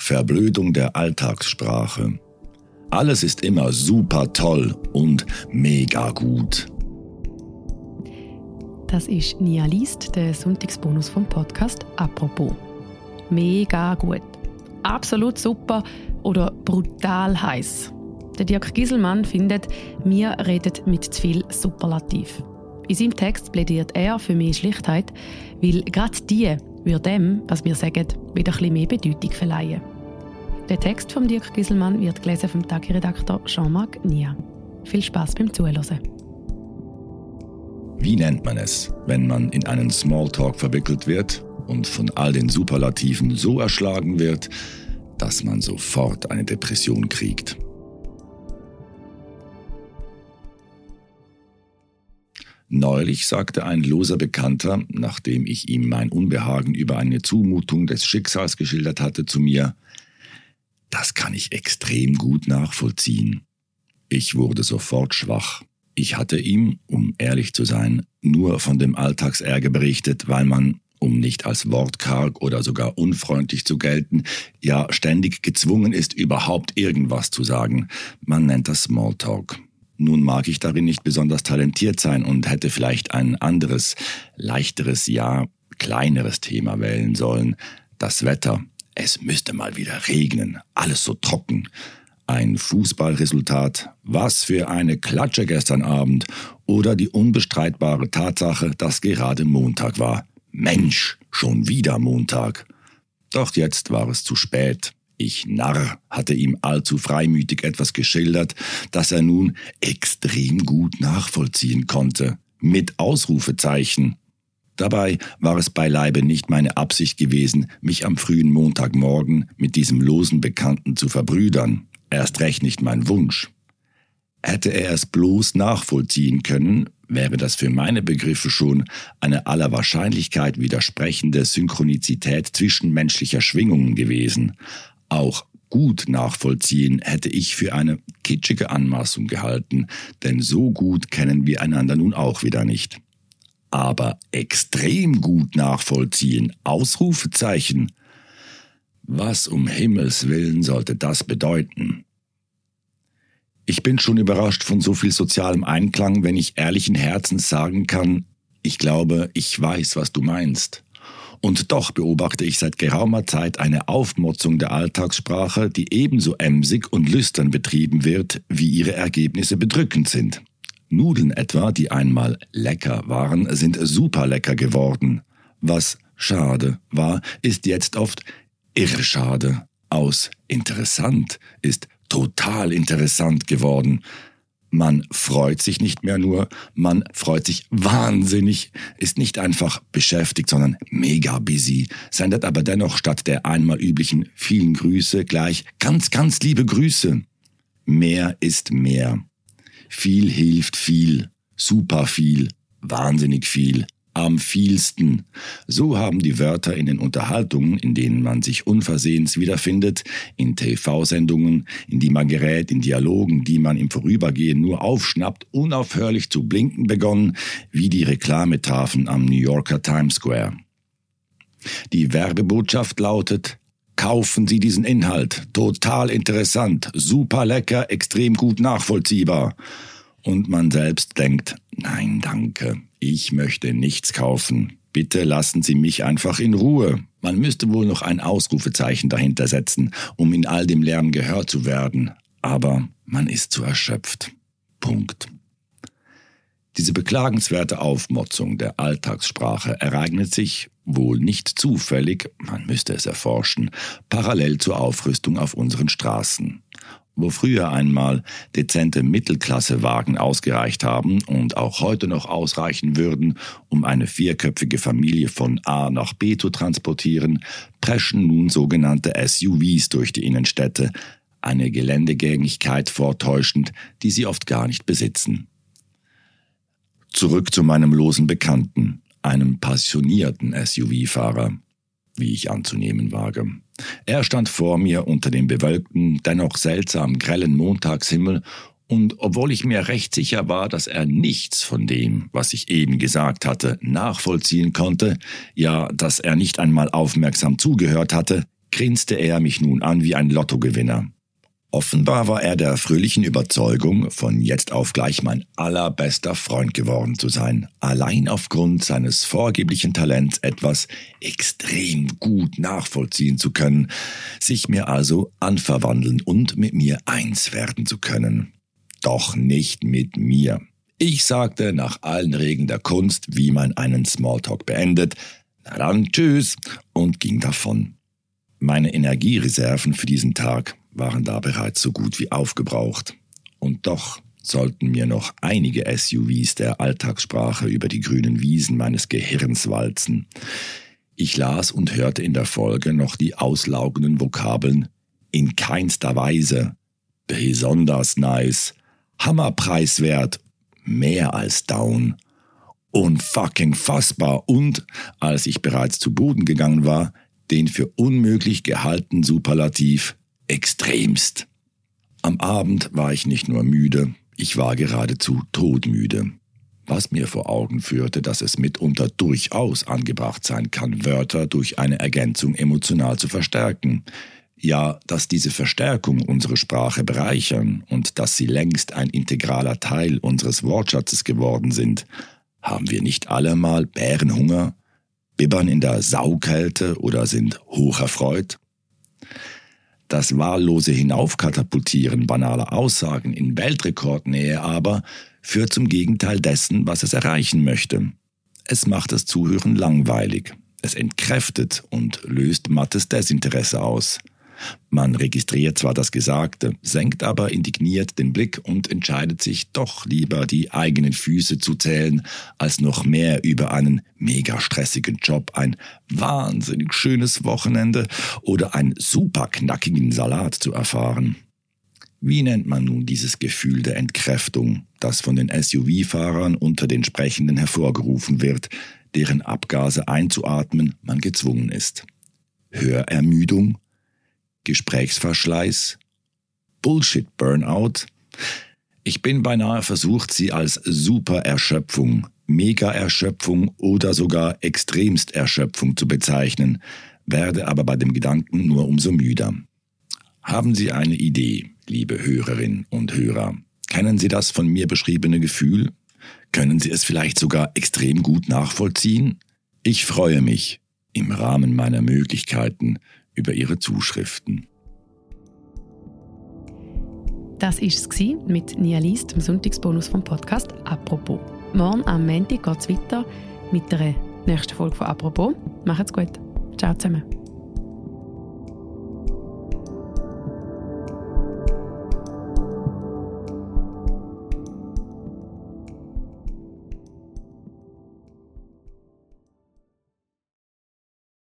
Verblödung der Alltagssprache. Alles ist immer super toll und mega gut. Das ist Nia liest, der Sonntagsbonus vom Podcast «Apropos». Mega gut, absolut super oder brutal heiß. Der Dirk Giselmann findet, wir reden mit zu viel Superlativ. In seinem Text plädiert er für mehr Schlichtheit, weil gerade die würde dem, was wir sagen, wieder ein bisschen mehr Bedeutung verleihen. Der Text von Dirk Giselmann wird gelesen vom Tagiredakteur Jean-Marc Nia. Viel Spass beim Zuhören. Wie nennt man es, wenn man in einen Smalltalk verwickelt wird und von all den Superlativen so erschlagen wird, dass man sofort eine Depression kriegt? Neulich sagte ein loser Bekannter, nachdem ich ihm mein Unbehagen über eine Zumutung des Schicksals geschildert hatte, zu mir: Das kann ich extrem gut nachvollziehen. Ich wurde sofort schwach. Ich hatte ihm, um ehrlich zu sein, nur von dem Alltagsärger berichtet, weil man, um nicht als wortkarg oder sogar unfreundlich zu gelten, ja ständig gezwungen ist, überhaupt irgendwas zu sagen. Man nennt das Smalltalk. Nun mag ich darin nicht besonders talentiert sein und hätte vielleicht ein anderes, leichteres, ja kleineres Thema wählen sollen. Das Wetter. Es müsste mal wieder regnen. Alles so trocken. Ein Fußballresultat. Was für eine Klatsche gestern Abend. Oder die unbestreitbare Tatsache, dass gerade Montag war. Mensch, schon wieder Montag. Doch jetzt war es zu spät. Ich Narr hatte ihm allzu freimütig etwas geschildert, das er nun extrem gut nachvollziehen konnte. Mit Ausrufezeichen. Dabei war es beileibe nicht meine Absicht gewesen, mich am frühen Montagmorgen mit diesem losen Bekannten zu verbrüdern. Erst recht nicht mein Wunsch. Hätte er es bloß nachvollziehen können, wäre das für meine Begriffe schon eine aller Wahrscheinlichkeit widersprechende Synchronizität zwischenmenschlicher Schwingungen gewesen. Auch gut nachvollziehen hätte ich für eine kitschige Anmaßung gehalten, denn so gut kennen wir einander nun auch wieder nicht. Aber extrem gut nachvollziehen, Ausrufezeichen. Was um Himmels Willen sollte das bedeuten? Ich bin schon überrascht von so viel sozialem Einklang, wenn ich ehrlichen Herzens sagen kann, ich glaube, ich weiß, was du meinst. Und doch beobachte ich seit geraumer Zeit eine Aufmotzung der Alltagssprache, die ebenso emsig und lüstern betrieben wird, wie ihre Ergebnisse bedrückend sind. Nudeln etwa, die einmal lecker waren, sind super lecker geworden. Was schade war, ist jetzt oft irrschade. Aus interessant ist total interessant geworden. Man freut sich nicht mehr nur, man freut sich wahnsinnig, ist nicht einfach beschäftigt, sondern mega busy, sendet aber dennoch statt der einmal üblichen vielen Grüße gleich ganz, ganz liebe Grüße. Mehr ist mehr. Viel hilft viel, super viel, wahnsinnig viel, am vielsten. So haben die Wörter in den Unterhaltungen, in denen man sich unversehens wiederfindet, in TV-Sendungen, in die man gerät, in Dialogen, die man im Vorübergehen nur aufschnappt, unaufhörlich zu blinken begonnen, wie die Reklametafeln am New Yorker Times Square. Die Werbebotschaft lautet: Kaufen Sie diesen Inhalt, total interessant, super lecker, extrem gut nachvollziehbar. Und man selbst denkt, nein, danke, ich möchte nichts kaufen. Bitte lassen Sie mich einfach in Ruhe. Man müsste wohl noch ein Ausrufezeichen dahinter setzen, um in all dem Lärm gehört zu werden. Aber man ist zu erschöpft. Punkt. Diese beklagenswerte Aufmotzung der Alltagssprache ereignet sich, wohl nicht zufällig, man müsste es erforschen, parallel zur Aufrüstung auf unseren Straßen. Wo früher einmal dezente Mittelklassewagen ausgereicht haben und auch heute noch ausreichen würden, um eine 4-köpfige Familie von A nach B zu transportieren, preschen nun sogenannte SUVs durch die Innenstädte, eine Geländegängigkeit vortäuschend, die sie oft gar nicht besitzen. Zurück zu meinem losen Bekannten, einem passionierten SUV-Fahrer, wie ich anzunehmen wage. Er stand vor mir unter dem bewölkten, dennoch seltsam grellen Montagshimmel, und obwohl ich mir recht sicher war, dass er nichts von dem, was ich eben gesagt hatte, nachvollziehen konnte, ja, dass er nicht einmal aufmerksam zugehört hatte, grinste er mich nun an wie ein Lottogewinner. Offenbar war er der fröhlichen Überzeugung, von jetzt auf gleich mein allerbester Freund geworden zu sein, allein aufgrund seines vorgeblichen Talents etwas extrem gut nachvollziehen zu können, sich mir also anverwandeln und mit mir eins werden zu können. Doch nicht mit mir. Ich sagte nach allen Regeln der Kunst, wie man einen Smalltalk beendet, na dann tschüss, und ging davon. Meine Energiereserven für diesen Tag waren da bereits so gut wie aufgebraucht. Und doch sollten mir noch einige SUVs der Alltagssprache über die grünen Wiesen meines Gehirns walzen. Ich las und hörte in der Folge noch die auslaugenden Vokabeln in keinster Weise, besonders nice, hammerpreiswert, mehr als down, unfucking fassbar und, als ich bereits zu Boden gegangen war, den für unmöglich gehaltenen Superlativ extremst. Am Abend war ich nicht nur müde, ich war geradezu todmüde. Was mir vor Augen führte, dass es mitunter durchaus angebracht sein kann, Wörter durch eine Ergänzung emotional zu verstärken. Ja, dass diese Verstärkung unsere Sprache bereichern und dass sie längst ein integraler Teil unseres Wortschatzes geworden sind. Haben wir nicht alle mal Bärenhunger, bibbern in der Saukälte oder sind hocherfreut? Das wahllose Hinaufkatapultieren banaler Aussagen in Weltrekordnähe aber führt zum Gegenteil dessen, was es erreichen möchte. Es macht das Zuhören langweilig, es entkräftet und löst mattes Desinteresse aus. Man registriert zwar das Gesagte, senkt aber indigniert den Blick und entscheidet sich doch lieber, die eigenen Füße zu zählen, als noch mehr über einen mega stressigen Job, ein wahnsinnig schönes Wochenende oder einen super knackigen Salat zu erfahren. Wie nennt man nun dieses Gefühl der Entkräftung, das von den SUV-Fahrern unter den Sprechenden hervorgerufen wird, deren Abgase einzuatmen man gezwungen ist? Hörermüdung? Gesprächsverschleiß? Bullshit-Burnout? Ich bin beinahe versucht, sie als Super-Erschöpfung, Mega-Erschöpfung oder sogar Extremst-Erschöpfung zu bezeichnen, werde aber bei dem Gedanken nur umso müder. Haben Sie eine Idee, liebe Hörerinnen und Hörer? Kennen Sie das von mir beschriebene Gefühl? Können Sie es vielleicht sogar extrem gut nachvollziehen? Ich freue mich, im Rahmen meiner Möglichkeiten, über Ihre Zuschriften. Das war es mit Nia Lies, dem Sonntagsbonus vom Podcast «Apropos». Morgen am Montag geht es weiter mit der nächsten Folge von «Apropos». Macht's gut. Ciao zusammen.